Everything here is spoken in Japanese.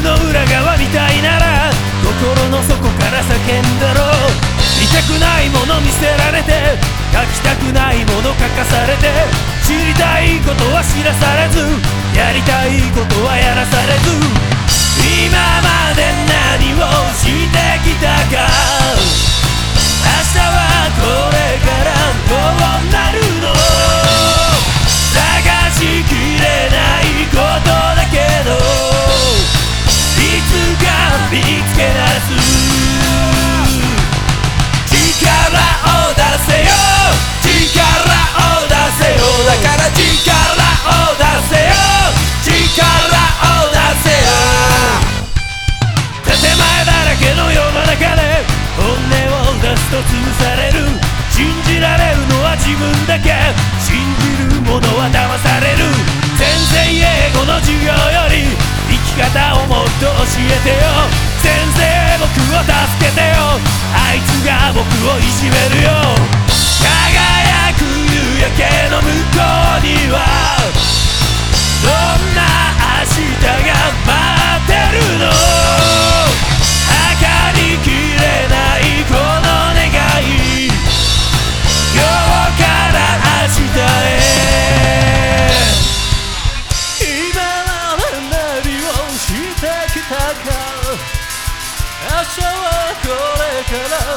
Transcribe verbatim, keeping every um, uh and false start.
の裏側みたいなら心の底から叫んだろう。見たくないもの見せられて、書きたくないもの書かされて、知りたいことは知らされず、やりたいことはやらされず、今まで何をしてきたか、明日はこれからどうなるの、探しきれないことだけど、いつか見つけ出す。力を出せよ、力を出せよ、だから力を出せよ、力を出せよ。建前だらけの世の中で本音を出すと潰される。信じられるのは自分だけ、信じる者は騙される。先生英語の授業より生き方をもっと教えてよ。先生僕を助けてよ、あいつが僕をいじめるよ。輝く夕焼けの向こうにはどんな明日が待ってるの、測りきれないこの願い、今日から明日へ。今まで何をしてきたか、明日はこれから